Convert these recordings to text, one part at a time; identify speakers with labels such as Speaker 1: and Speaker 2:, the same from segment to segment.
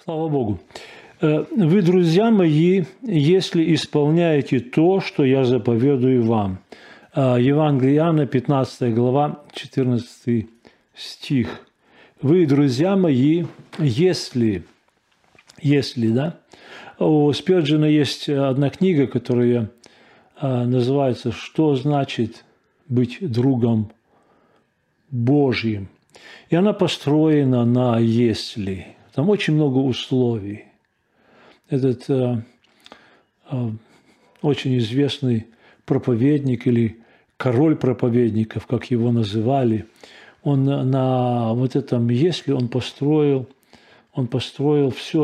Speaker 1: Слава Богу. Вы, друзья мои, если исполняете то, что я заповедую вам. Евангелие Иоанна, 15 глава, 14 стих. Вы, друзья мои, если, да, у Спёрджена есть одна книга, которая называется «Что значит быть другом Божьим?». И она построена на «если». Там очень много условий. Этот очень известный проповедник или король проповедников, как его называли, он на вот этом «если» он построил все,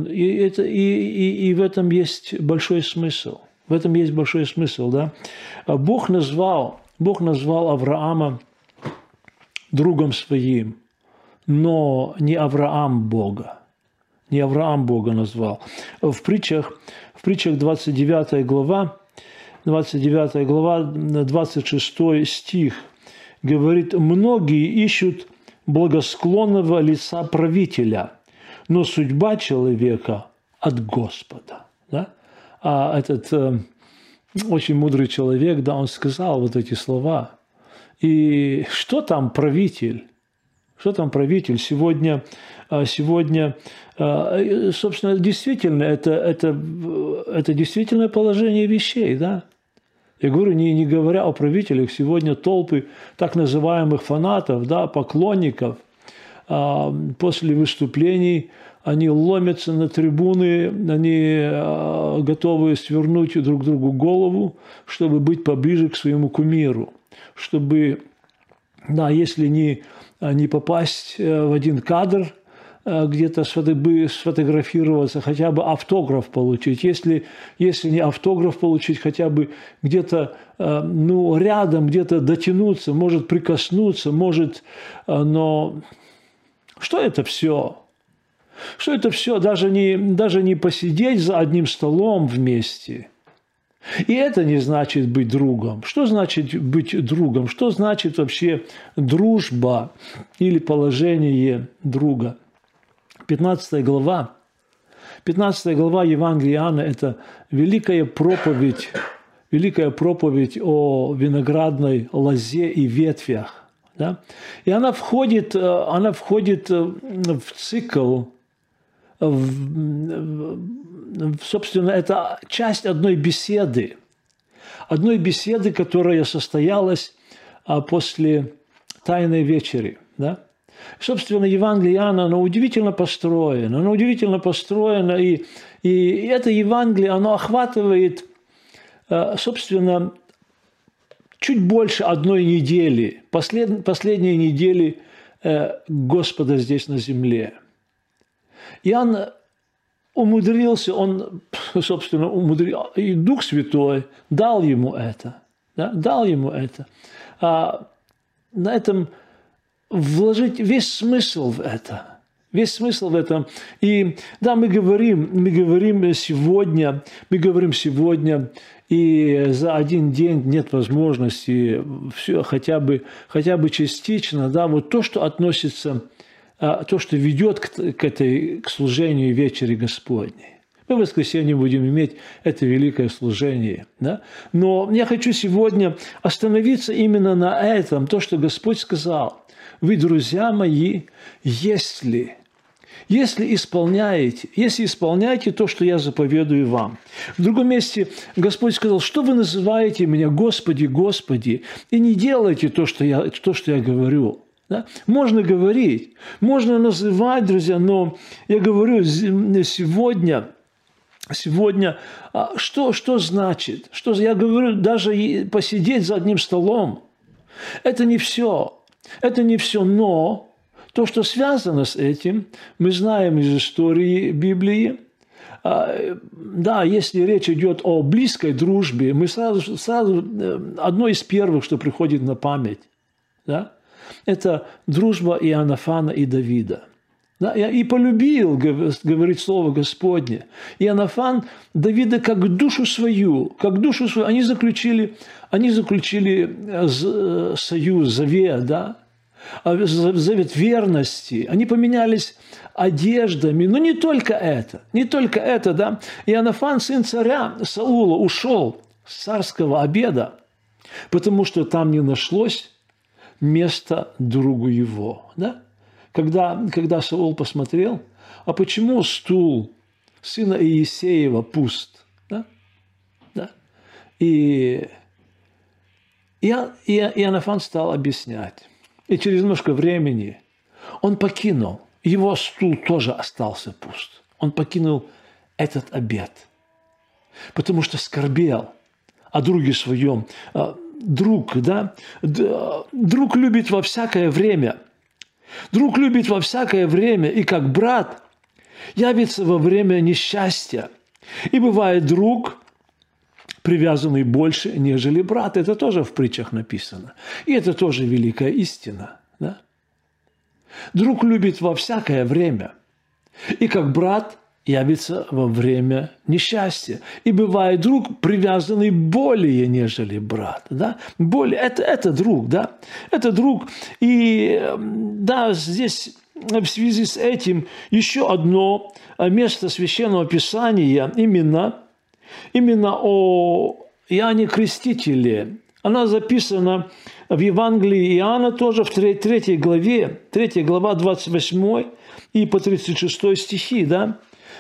Speaker 1: и в этом есть большой смысл. В этом есть большой смысл, да? Бог назвал Авраама другом своим, но не Авраам Бога. Не Авраам Бога назвал. В притчах 29 глава, 26 стих говорит: «Многие ищут благосклонного лица правителя, но судьба человека от Господа». Да? А этот очень мудрый человек, да, он сказал вот эти слова. И что там правитель? Что там правитель? Сегодня, собственно, действительно, это действительное положение вещей, да? Я говорю, не говоря о правителях, сегодня толпы так называемых фанатов, да, поклонников, после выступлений они ломятся на трибуны, они готовы свернуть друг другу голову, чтобы быть поближе к своему кумиру, чтобы, да, если не попасть в один кадр, где-то сфотографироваться, хотя бы автограф получить. Если не автограф получить, хотя бы где-то рядом, где-то дотянуться, может прикоснуться, может, но что это все? Что это все? Даже не посидеть за одним столом вместе. И это не значит быть другом. Что значит быть другом? Что значит вообще дружба или положение друга? 15 глава Евангелия Иоанна – это великая проповедь о виноградной лозе и ветвях. Да? И она входит в цикл, собственно, это часть одной беседы, которая состоялась после Тайной вечери. Да? Собственно, Евангелие Иоанна, оно удивительно построено, и это Евангелие, оно охватывает, собственно, чуть больше одной недели, последней недели Господа здесь на земле. Иоанн умудрился, и Дух Святой дал ему это. Да? Дал ему это. На этом вложить весь смысл в это. И да, мы говорим сегодня, и за один день нет возможности все хотя бы частично, да, вот то, что относится, то, что ведет к служению вечери Господней. Мы в воскресенье будем иметь это великое служение. Да? Но я хочу сегодня остановиться именно на этом, то, что Господь сказал. Вы, друзья мои, если исполняете то, что я заповедую вам. В другом месте Господь сказал: что вы называете меня Господи, Господи, и не делайте то, что я говорю. Да? Можно говорить, можно называть, друзья, но я говорю сегодня, что значит? Что я говорю, даже посидеть за одним столом, это не все. Но то, что связано с этим, мы знаем из истории Библии. Да, если речь идет о близкой дружбе, мы сразу одно из первых, что приходит на память, да, это дружба Иоаннафана и Давида. Да, и полюбил, говорит слово Господне. Иоаннафан Давида как душу свою. Они заключили союз, завет, да. завет верности. Они поменялись одеждами. Но не только это, да. Иоаннафан, сын царя Саула, ушел с царского обеда, потому что там не нашлось места другу его, да. Когда Саул посмотрел, а почему стул сына Иисеева пуст, да? Да? И Иоаннафан стал объяснять. И через немножко времени он покинул, его стул тоже остался пуст. Он покинул этот обед, потому что скорбел о друге своем. Друг, да? Друг любит во всякое время. Друг любит во всякое время, и как брат явится во время несчастья. И бывает друг, привязанный больше, нежели брат. Это тоже в притчах написано. И это тоже великая истина. Да? Друг любит во всякое время. И как брат явится во время несчастья. И бывает друг, привязанный более, нежели брат. Да? Более, это друг. Да? Это друг. И да, здесь в связи с этим еще одно место Священного Писания именно о Иоанне Крестителе. Она записана в Евангелии Иоанна тоже в 3 главе, 3 глава 28 и по 36 стихи. Да?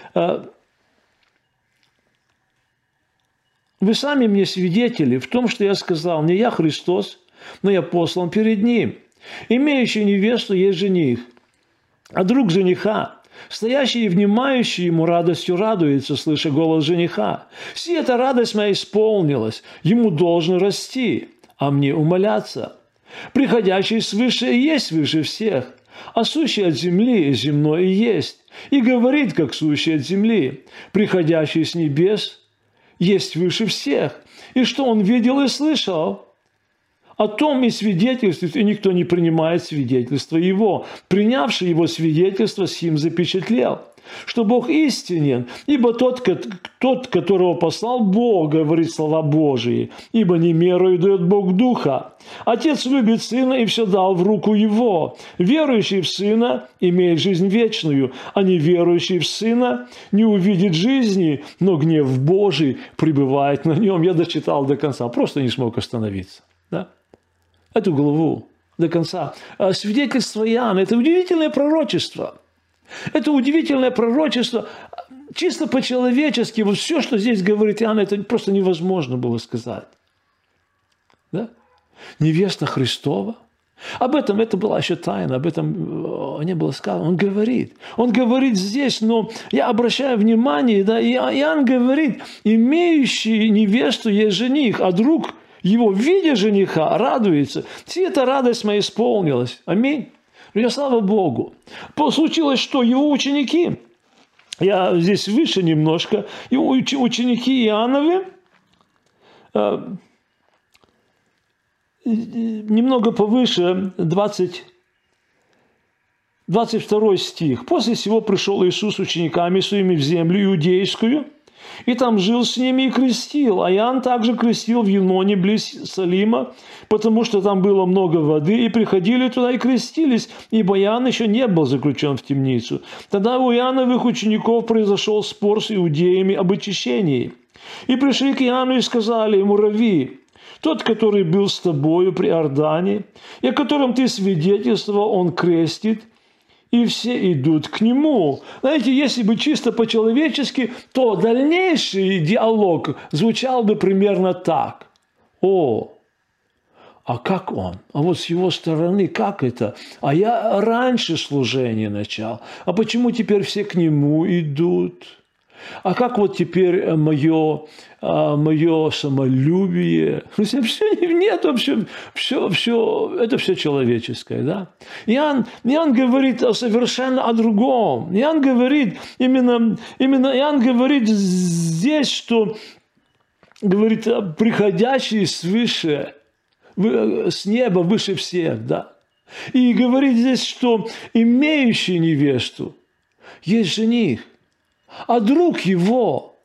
Speaker 1: «Вы сами мне свидетели в том, что я сказал, не я Христос, но я послан перед Ним. Имеющий невесту есть жених, а друг жениха, стоящий и внимающий ему радостью радуется, слыша голос жениха. Си эта радость моя исполнилась, ему должно расти, а мне умоляться. Приходящий свыше и есть выше всех, а сущий от земли земной и есть, и говорит, как сущий от земли. Приходящий с небес есть выше всех, и что он видел и слышал, о том и свидетельствует, и никто не принимает свидетельство его. Принявший его свидетельство, сим запечатлел, что Бог истинен, ибо тот, которого послал Бог, говорит слова Божии, ибо не мерою дает Бог Духа. Отец любит Сына и все дал в руку Его. Верующий в Сына имеет жизнь вечную, а не верующий в Сына не увидит жизни, но гнев Божий пребывает на нем». Я дочитал до конца, просто не смог остановиться. Да? Эту главу до конца. Свидетельство Иоанна – это удивительное пророчество. Это удивительное пророчество, чисто по-человечески. Вот все, что здесь говорит Иоанн, это просто невозможно было сказать. Да? Невеста Христова. Об этом это была еще тайна, об этом не было сказано. Он говорит здесь, но я обращаю внимание, да, Иоанн говорит, имеющий невесту есть жених, а друг его, видя жениха, радуется. Си эта радость моя исполнилась. Аминь. Я слава Богу. Случилось, что его ученики, я здесь выше немножко, его ученики Иоанновы, немного повыше, 22 стих. «После сего пришел Иисус с учениками своими в землю иудейскую, и там жил с ними и крестил. А Иоанн также крестил в Еноне близ Салима, потому что там было много воды, и приходили туда и крестились, ибо Иоанн еще не был заключен в темницу. Тогда у Иоанновых учеников произошел спор с иудеями об очищении. И пришли к Иоанну и сказали ему: Рави, тот, который был с тобою при Иордане, и о котором ты свидетельствовал, он крестит, и все идут к нему». Знаете, если бы чисто по-человечески, то дальнейший диалог звучал бы примерно так. «О, а как он? А вот с его стороны, как это? А я раньше служение начал. А почему теперь все к нему идут? А как вот теперь мое самолюбие? Нет, вообще, это все человеческое. Да? Иоанн говорит совершенно о другом. Иоанн говорит Иоанн говорит здесь, что говорит приходящий свыше, с неба выше всех. Да? И говорит здесь, что имеющий невесту есть жених. А друг его,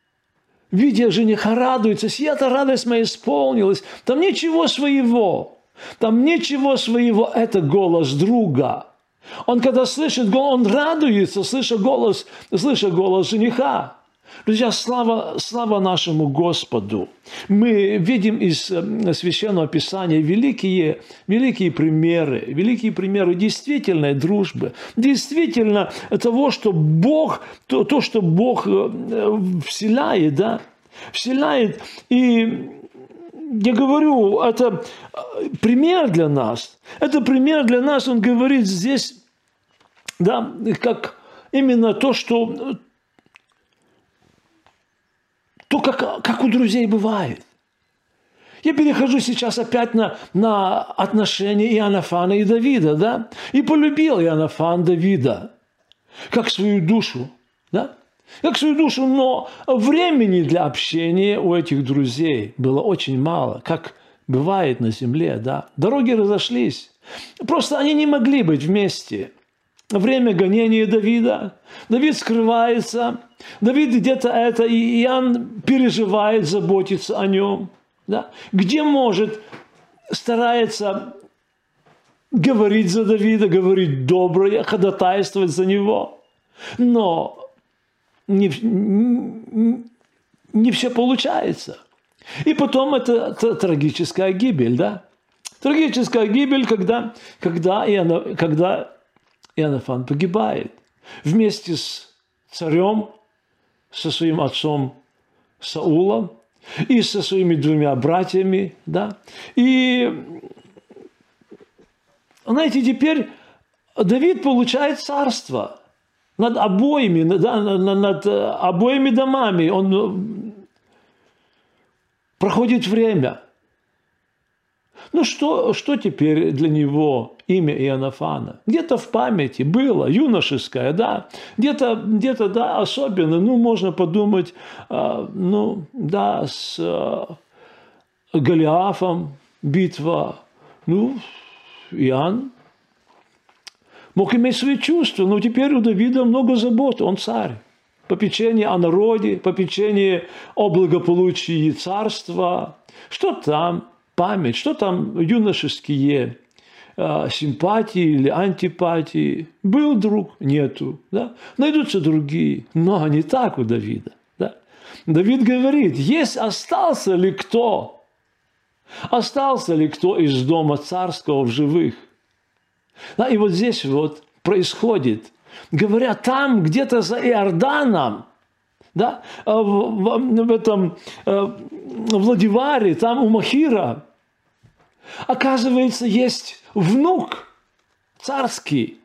Speaker 1: видя жениха, радуется. Си эта радость моя исполнилась. Там ничего своего. Там ничего своего, это голос друга. Он, когда слышит голос, он радуется, слыша голос жениха. Друзья, слава нашему Господу. Мы видим из Священного Писания великие примеры действительной дружбы, действительно того, что Бог, то, что Бог вселяет, да, вселяет. И я говорю, это пример для нас. Это пример для нас, он говорит здесь, да, как именно то, что... То, как у друзей бывает. Я перехожу сейчас опять на отношения Иоаннафана и Давида, да? И полюбил Иоаннафан Давида, как свою душу, да? Как свою душу, но времени для общения у этих друзей было очень мало, как бывает на земле, да? Дороги разошлись. Просто они не могли быть вместе. Время гонения Давида. Давид скрывается. Давид где-то это, и Иоанн переживает, заботится о нем. Да? Где может, старается говорить за Давида, говорить доброе, ходатайствовать за него. Но не все получается. И потом это трагическая гибель. Да? Трагическая гибель, когда Иоаннафан погибает вместе с царем, со своим отцом Саулом и со своими двумя братьями. Да? И, знаете, теперь Давид получает царство над обоими, да, над обоими домами. Он проходит время. Ну что теперь для него имя Иоаннафана? Где-то в памяти было, юношеское, да, где-то, да, особенно, ну, можно подумать, ну, да, с Голиафом битва, ну, Иоанн мог иметь свои чувства, но теперь у Давида много забот, он царь. Попечение о народе, попечение о благополучии царства, что там? Память, что там юношеские симпатии или антипатии. Был друг, нету. Да? Найдутся другие, но не так у Давида. Да? Давид говорит, остался ли кто из дома царского в живых? Да, и вот здесь вот происходит, говорят, там где-то за Иорданом, да, в этом Владиваре, там у Махира, оказывается, есть внук царский,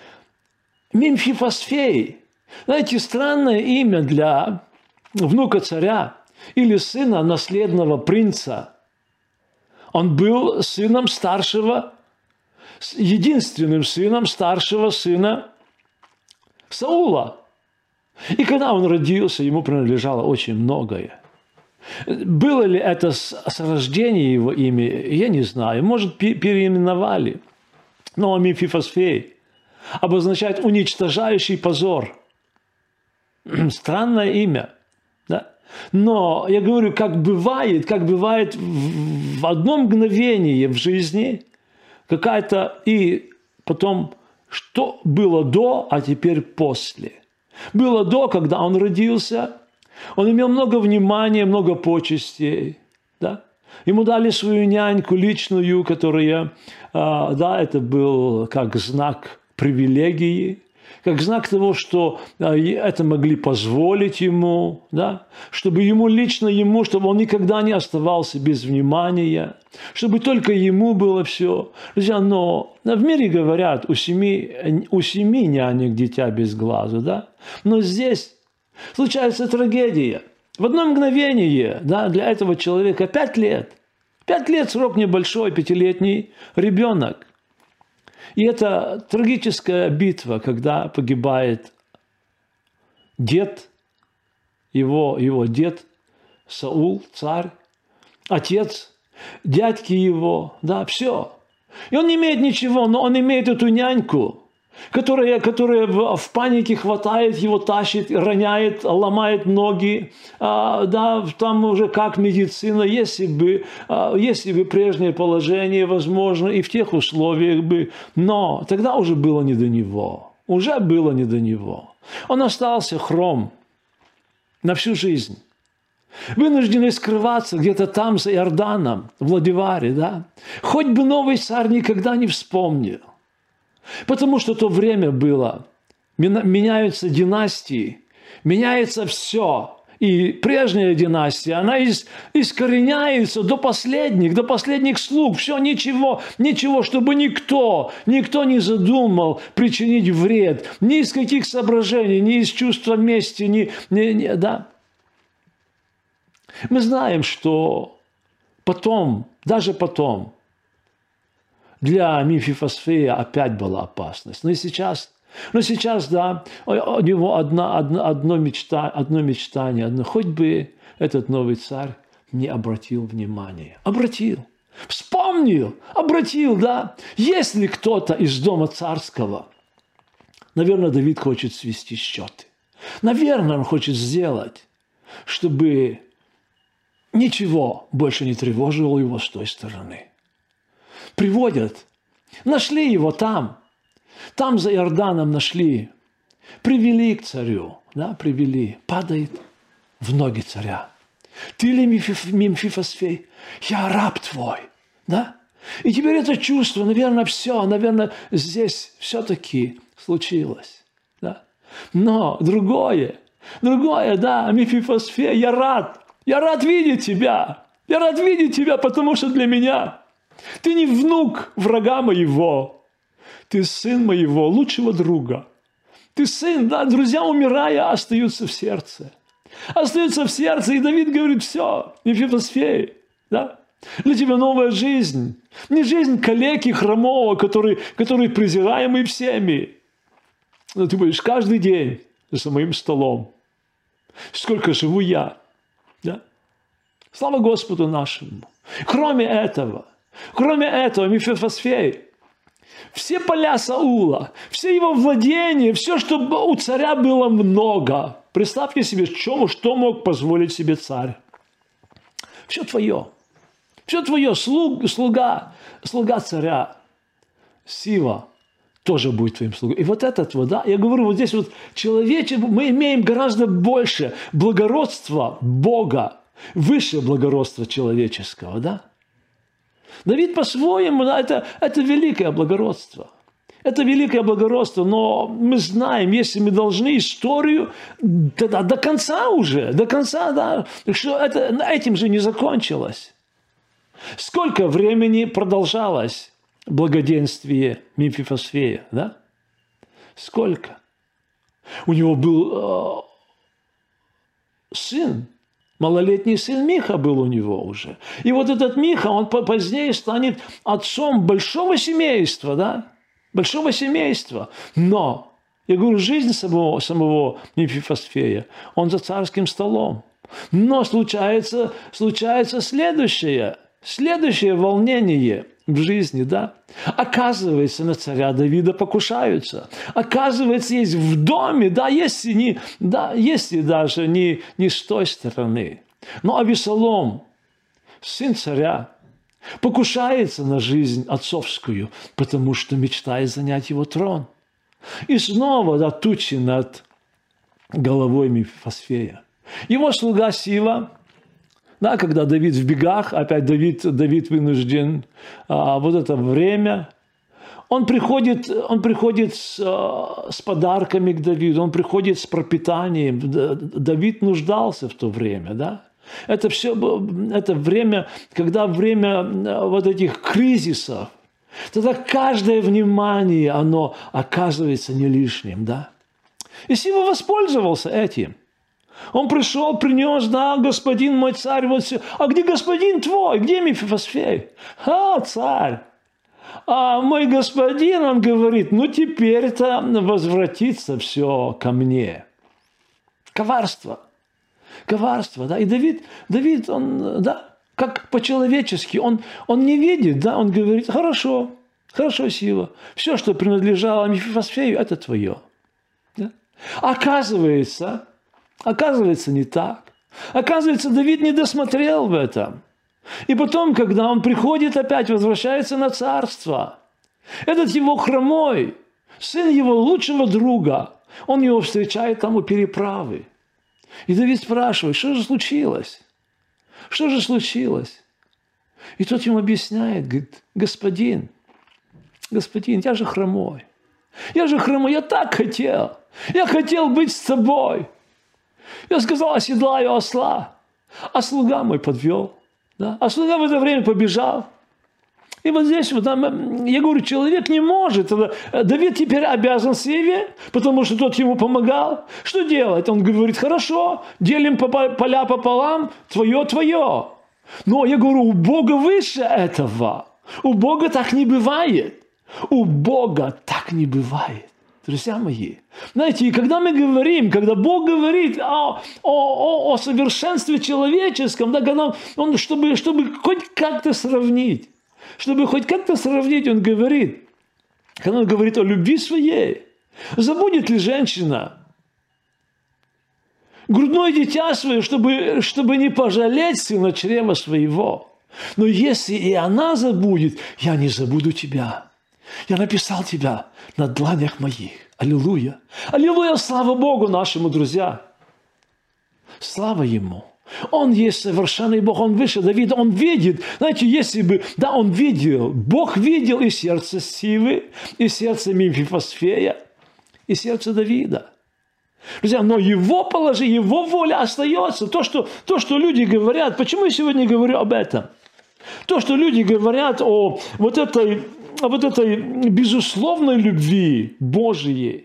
Speaker 1: Мемфибосфей. Знаете, странное имя для внука царя или сына наследного принца. Он был сыном старшего, единственным сыном старшего сына Саула. И когда он родился, ему принадлежало очень многое. Было ли это с рождения его имя, я не знаю. Может, переименовали. Но Мемфибосфей обозначает уничтожающий позор. Странное имя. Да? Но я говорю, как бывает в одно мгновение в жизни какая-то и потом, что было до, а теперь после. Было до, когда он родился, он имел много внимания, много почестей. Да? Ему дали свою няньку личную, которая, да, это был как знак привилегии, как знак того, что это могли позволить ему, да? Чтобы чтобы он никогда не оставался без внимания, чтобы только ему было все. Друзья, но в мире говорят, у семи нянек дитя без глазу, да? Но здесь случается трагедия. В одно мгновение, да, для этого человека 5 лет. 5 лет срок небольшой, 5-летний ребенок. И это трагическая битва, когда погибает дед, его дед Саул, царь, отец, дядьки его, да, все. И он не имеет ничего, но он имеет эту няньку, которая в панике хватает его, тащит, роняет, ломает ноги. Да, там уже как медицина, если бы прежнее положение возможно и в тех условиях бы, но тогда уже было не до него. Уже было не до него. Он остался хром на всю жизнь. Вынуждены скрываться где-то там, за Иорданом, в Владиваре, да? Хоть бы новый царь никогда не вспомнил. Потому что то время было. Меняются династии, меняется все. И прежняя династия, она искореняется до последних слуг. Все, ничего, чтобы никто не задумал причинить вред. Ни из каких соображений, ни из чувства мести, да. Мы знаем, что даже потом, для Мефистофеля опять была опасность. Но сейчас, да, у него одно мечтание, хоть бы этот новый царь не обратил внимания. Вспомнил, да. Если кто-то из дома царского, наверное, Давид хочет свести счеты. Наверное, он хочет сделать, чтобы ничего больше не тревожило его с той стороны. Приводят, нашли его там за Иорданом нашли, привели к царю, да, падает в ноги царя. Ты ли Мефистофей? Я раб твой, да? И теперь это чувство, наверное, здесь все-таки случилось, да? Но другое, да, Мефистофей, я рад видеть тебя, потому что для меня ты не внук врага моего, ты сын моего лучшего друга. Ты сын, да, друзья, умирая, остаются в сердце. И Давид говорит, все, Мефистофей, да, для тебя новая жизнь. Не жизнь калеки хромого, который презираемый всеми. Но ты будешь каждый день за моим столом. Сколько живу я, да? Слава Господу нашему. Кроме этого, Мефистофей, все поля Саула, все его владения, все, что у царя было много. Представьте себе, что мог позволить себе царь. Все твое, слуга царя, Сива, тоже будет твоим слугой. И вот этот вот, да, я говорю, вот здесь вот мы имеем гораздо больше благородства Бога, выше благородства человеческого, да? Давид по-своему, да, это великое благородство. Это великое благородство, но мы знаем, если мы должны историю до конца, да, что этим же не закончилось. Сколько времени продолжалось благоденствие Мефистофея, да? Сколько? У него был сын. Малолетний сын Миха был у него уже. И вот этот Миха, он позднее станет отцом большого семейства, да? Большого семейства. Но, я говорю, жизнь самого Мефистофея, он за царским столом. Но случается следующее волнение в жизни, да? Оказывается, на царя Давида покушаются. Оказывается, есть в доме, да, если даже не с той стороны. Но Авесолом, сын царя, покушается на жизнь отцовскую, потому что мечтает занять его трон. И снова, да, тучи над головой Мефистофея. Его слуга Сива, да, когда Давид в бегах, опять Давид вынужден, вот это время, он приходит с подарками к Давиду, он приходит с пропитанием. Давид нуждался в то время, да. Это время, время вот этих кризисов, тогда каждое внимание, оно оказывается не лишним, да. И Сива воспользовался этим. Он пришел, принес, да, господин мой царь, вот все. А где господин твой? Где Мефистофей? Царь. А мой господин, он говорит, ну теперь-то возвратится все ко мне. Коварство, да. И Давид, он, да, как по-человечески, он не видит, да, он говорит, хорошо, Хорошо, Сива. Все, что принадлежало Мефибосфею, это твое. Да? Оказывается, не так. Оказывается, Давид не досмотрел в этом. И потом, когда он приходит опять, возвращается на царство, этот его хромой, сын его лучшего друга, он его встречает там у переправы. И Давид спрашивает, что же случилось? Что же случилось? И тот ему объясняет, говорит, господин, я же хромой. Я так хотел. Я хотел быть с тобой. Я сказал, оседлаю осла. А слуга мой подвел. Да? А слуга в это время побежал. И вот здесь, вот там, я говорю, человек не может. Давид теперь обязан Севе, потому что тот ему помогал. Что делать? Он говорит, хорошо, делим поля пополам, твое. Но я говорю, у Бога выше этого. У Бога так не бывает. У Бога так не бывает. Друзья мои, знаете, и когда мы говорим, когда Бог говорит о совершенстве человеческом, да, когда он, чтобы хоть как-то сравнить, Он говорит, когда Он говорит о любви своей, забудет ли женщина грудное дитя свое, чтобы не пожалеть сына чрева своего? Но если и она забудет, я не забуду тебя. Я написал тебя на дланях моих. Аллилуйя. Аллилуйя, слава Богу нашему, друзья. Слава Ему. Он есть совершенный Бог, Он выше Давида, Он видит. Знаете, если бы, да, Он видел, Бог видел и сердце Сивы, и сердце Мефибосфея, и сердце Давида. Друзья, но Его положение, Его воля остается. То, что люди говорят, почему я сегодня говорю об этом? То, что люди говорят о вот этой безусловной любви Божией,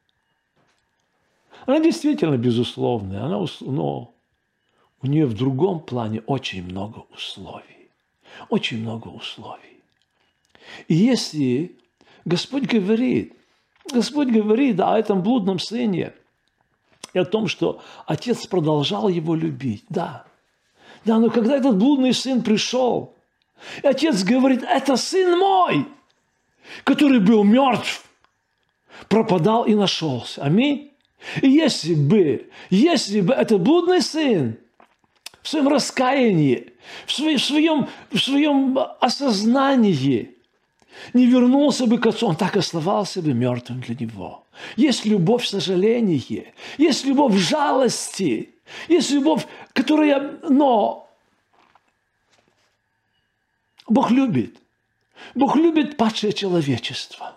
Speaker 1: она действительно безусловная, но у нее в другом плане очень много условий. Очень много условий. И если Господь говорит о этом блудном сыне и о том, что отец продолжал его любить, да, но когда этот блудный сын пришел, и отец говорит, это сын мой, который был мертв, пропадал и нашелся. Аминь. И если бы этот блудный сын в своем раскаянии, в своем осознании не вернулся бы к отцу, он так оставался бы мертвым для него. Есть любовь в сожалении, есть любовь в жалости, есть любовь, но Бог любит падшее человечество.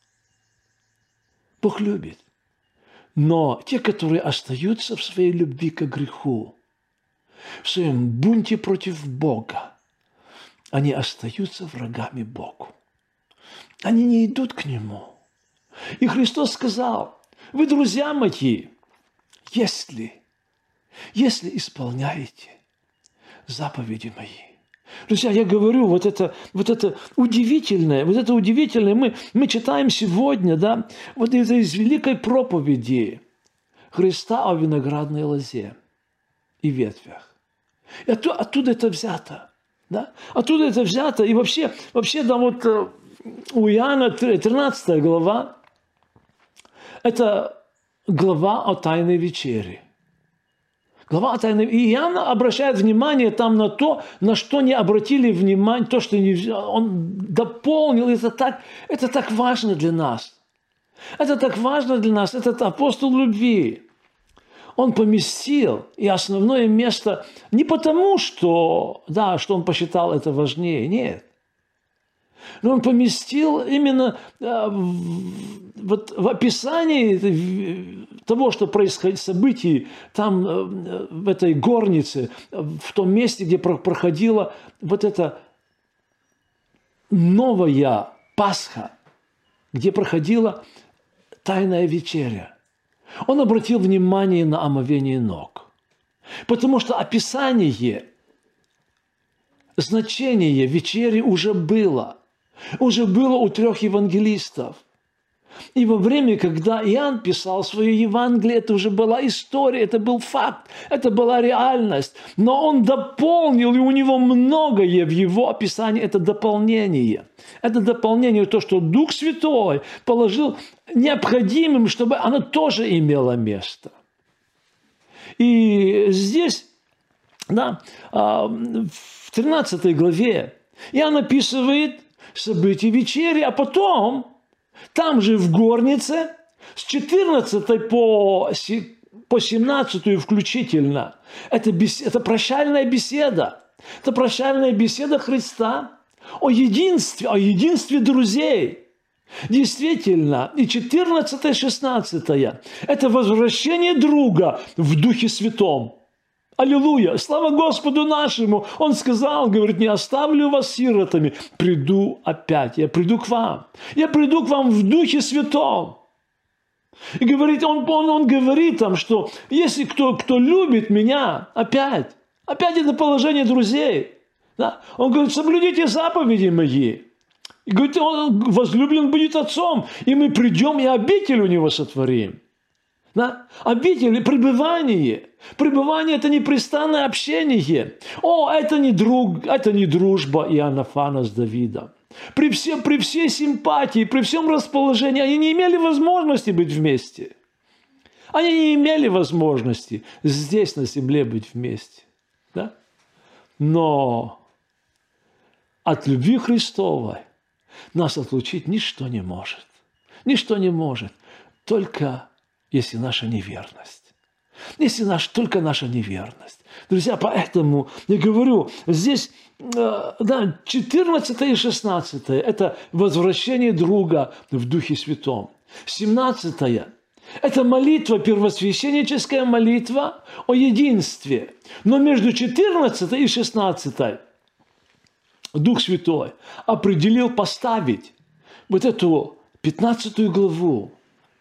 Speaker 1: Бог любит. Но те, которые остаются в своей любви к греху, в своем бунте против Бога, они остаются врагами Богу. Они не идут к Нему. И Христос сказал, вы, друзья мои, если исполняете заповеди мои. Друзья, я говорю, вот это удивительное, мы читаем сегодня, да, вот это из великой проповеди Христа о виноградной лозе и ветвях. И оттуда это взято, да, оттуда это взято, и вообще, да, вот у Иоанна 13 глава, это глава о Тайной вечере. Глава о Тайной. И Иоанн обращает внимание там на то, на что не обратили внимание, то, что он дополнил. Это так важно для нас. Это так важно для нас. Этот апостол любви. Он поместил и основное место не потому, что он посчитал это важнее. Нет. Но он поместил именно в описании того, что происходит, событий там, в этой горнице, в том месте, где проходила вот эта новая Пасха, где проходила Тайная вечеря. Он обратил внимание на омовение ног. Потому что описание, значение вечери уже было у 3 евангелистов. И во время, когда Иоанн писал свое Евангелие, это уже была история, это был факт, это была реальность. Но он дополнил, и у него многое в его описании – это дополнение. Это дополнение, то, что Дух Святой положил необходимым, чтобы оно тоже имело место. И здесь, да, в 13 главе Иоанн описывает события вечери, а потом там же в горнице с 14 по 17 включительно это прощальная беседа. Это прощальная беседа Христа о единстве друзей. Действительно, и 14, 16 это возвращение друга в Духе Святом. Аллилуйя! Слава Господу нашему! Он сказал, говорит, не оставлю вас сиротами, приду опять, я приду к вам. Я приду к вам в Духе Святом. И говорит, он говорит там, что если кто любит меня, опять это положение друзей. Да? Он говорит, соблюдите заповеди мои. И говорит, он возлюблен будет отцом, и мы придем и обитель у него сотворим. Да? Обитель, пребывание. Пребывание – это непрестанное общение. Это не дружба Иоаннафана с Давидом. При всей симпатии, при всем расположении они не имели возможности быть вместе. Они не имели возможности здесь, на земле, быть вместе. Да? Но от любви Христовой нас отлучить ничто не может. Ничто не может. Только если наша неверность. Только наша неверность. Друзья, поэтому я говорю, здесь 14 и 16 это возвращение друга в Духе Святом. 17 это молитва, первосвященническая молитва о единстве. Но между 14 и 16 Дух Святой определил поставить вот эту 15 главу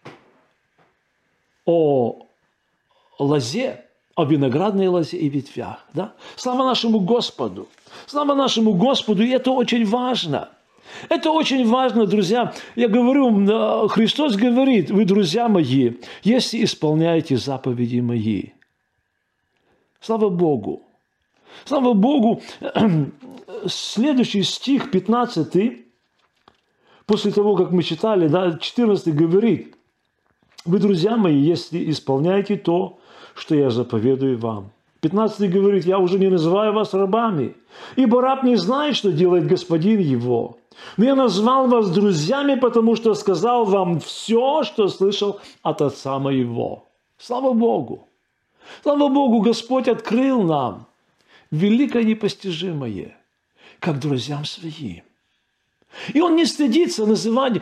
Speaker 1: о лозе, о виноградной лозе и ветвях. Да? Слава нашему Господу! Слава нашему Господу! И это очень важно. Это очень важно, друзья. Я говорю, Христос говорит, вы, друзья мои, если исполняете заповеди мои. Слава Богу! Слава Богу! Следующий стих, 15, после того, как мы читали, 14 говорит, вы, друзья мои, если исполняете то, что я заповедую вам. 15 говорит, я уже не называю вас рабами, ибо раб не знает, что делает господин его. Но я назвал вас друзьями, потому что сказал вам все, что слышал от Отца моего. Слава Богу! Слава Богу, Господь открыл нам великое непостижимое, как друзьям своим. И Он не стыдится называть...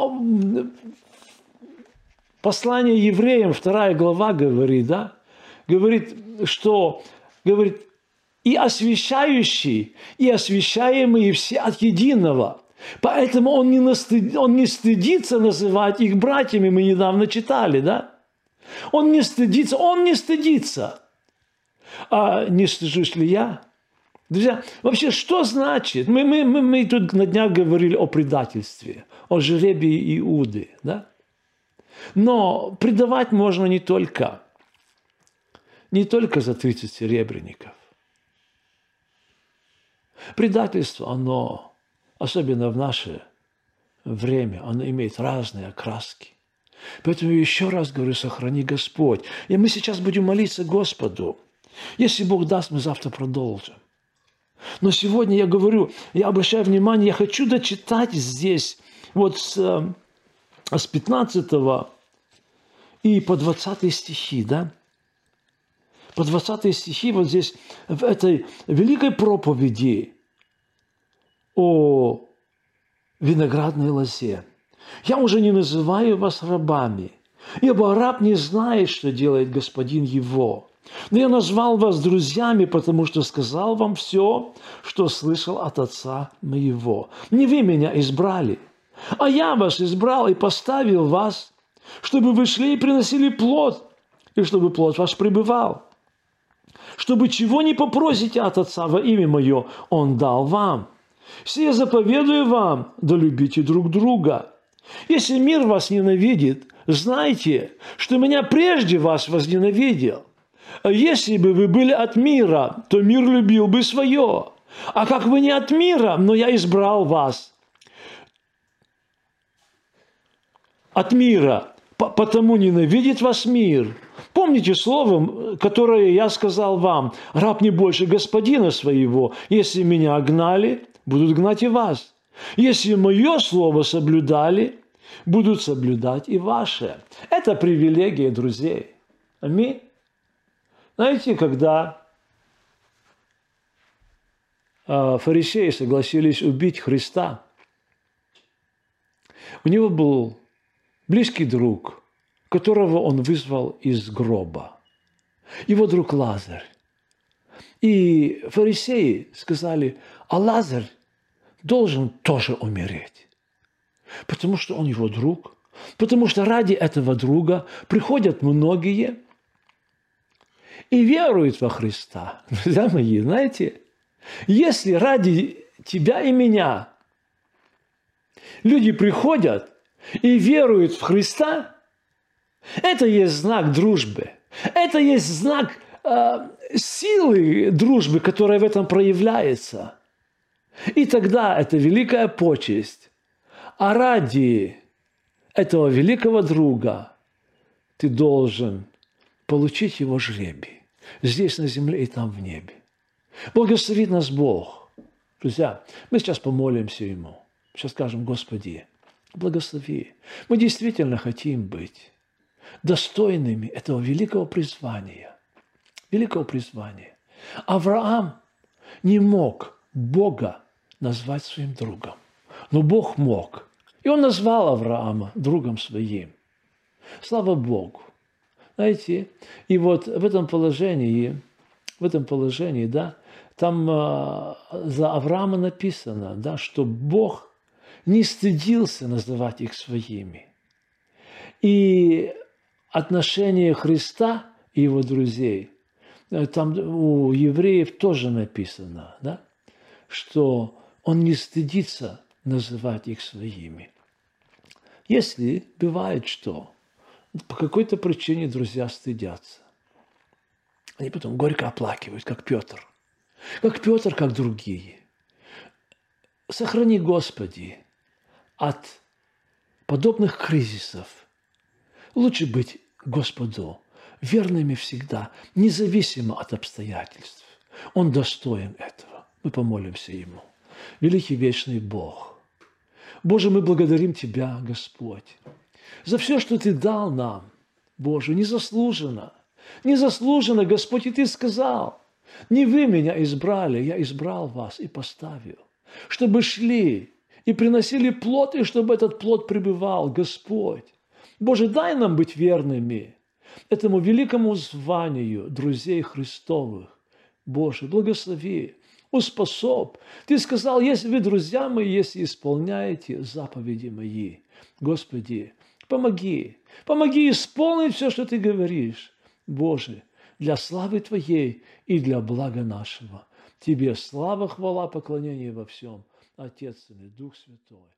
Speaker 1: Послание евреям, 2 глава говорит, да? Говорит, что, говорит, и освящающий, и освящаемые все от единого. Поэтому он не стыдится называть их братьями, мы недавно читали, да? Он не стыдится. А не стыжусь ли я? Друзья, вообще, что значит? Мы тут на днях говорили о предательстве, о жребии Иуды, да? Но предавать можно не только за 30 серебряников. Предательство, оно, особенно в наше время, оно имеет разные окраски. Поэтому еще раз говорю, сохрани Господь. И мы сейчас будем молиться Господу. Если Бог даст, мы завтра продолжим. Но сегодня я говорю, я обращаю внимание, я хочу дочитать здесь вот с 15 и по 20 стихи, да? По 20 стихи вот здесь, в этой великой проповеди о виноградной лозе. Я уже не называю вас рабами, ибо раб не знает, что делает господин его. Но я назвал вас друзьями, потому что сказал вам все, что слышал от Отца моего. Не вы меня избрали, а я вас избрал и поставил вас, чтобы вы шли и приносили плод, и чтобы плод ваш пребывал. Чтобы чего не попросите от Отца во имя Мое, Он дал вам. Все я заповедую вам, да любите друг друга. Если мир вас ненавидит, знайте, что меня прежде вас возненавидел. Если бы вы были от мира, то мир любил бы свое. А как вы не от мира, но я избрал вас от мира, потому ненавидит вас мир. Помните слово, которое я сказал вам: раб не больше господина своего. Если меня гнали, будут гнать и вас. Если мое слово соблюдали, будут соблюдать и ваше. Это привилегия друзей. Аминь. Знаете, когда фарисеи согласились убить Христа, у него был близкий друг, которого он вызвал из гроба. Его друг Лазарь. И фарисеи сказали: а Лазарь должен тоже умереть. Потому что он его друг. Потому что ради этого друга приходят многие и веруют во Христа. Друзья мои, знаете, если ради тебя и меня люди приходят и веруют в Христа, это есть знак дружбы. Это есть знак силы дружбы, которая в этом проявляется. И тогда это великая почесть. А ради этого великого друга ты должен получить его жребий. Здесь на земле и там в небе. Благословит нас Бог. Друзья, мы сейчас помолимся Ему. Сейчас скажем: Господи, благослови. Мы действительно хотим быть достойными этого великого призвания. Великого призвания. Авраам не мог Бога назвать своим другом. Но Бог мог. И он назвал Авраама другом своим. Слава Богу. Знаете, и вот в этом положении, да, там за Авраама написано, да, что Бог не стыдился называть их своими. И отношение Христа и его друзей, там у евреев тоже написано, да, что он не стыдится называть их своими. Если бывает, что по какой-то причине друзья стыдятся, они потом горько оплакивают, как Петр. Как Петр, как другие. Сохрани, Господи, от подобных кризисов. Лучше быть Господу верными всегда, независимо от обстоятельств. Он достоин этого. Мы помолимся Ему. Великий вечный Бог. Боже, мы благодарим Тебя, Господь, за все, что Ты дал нам, Боже, незаслуженно. Незаслуженно, Господь, и Ты сказал: не вы меня избрали, я избрал вас и поставил, чтобы шли и приносили плод, и чтобы этот плод пребывал, Господь. Боже, дай нам быть верными этому великому званию друзей Христовых. Боже, благослови, успособь. Ты сказал: если вы, друзья мои, если исполняете заповеди мои. Господи, помоги. Помоги исполнить все, что Ты говоришь. Боже, для славы Твоей и для блага нашего. Тебе слава, хвала, поклонение во всем. Отец и Дух Святой.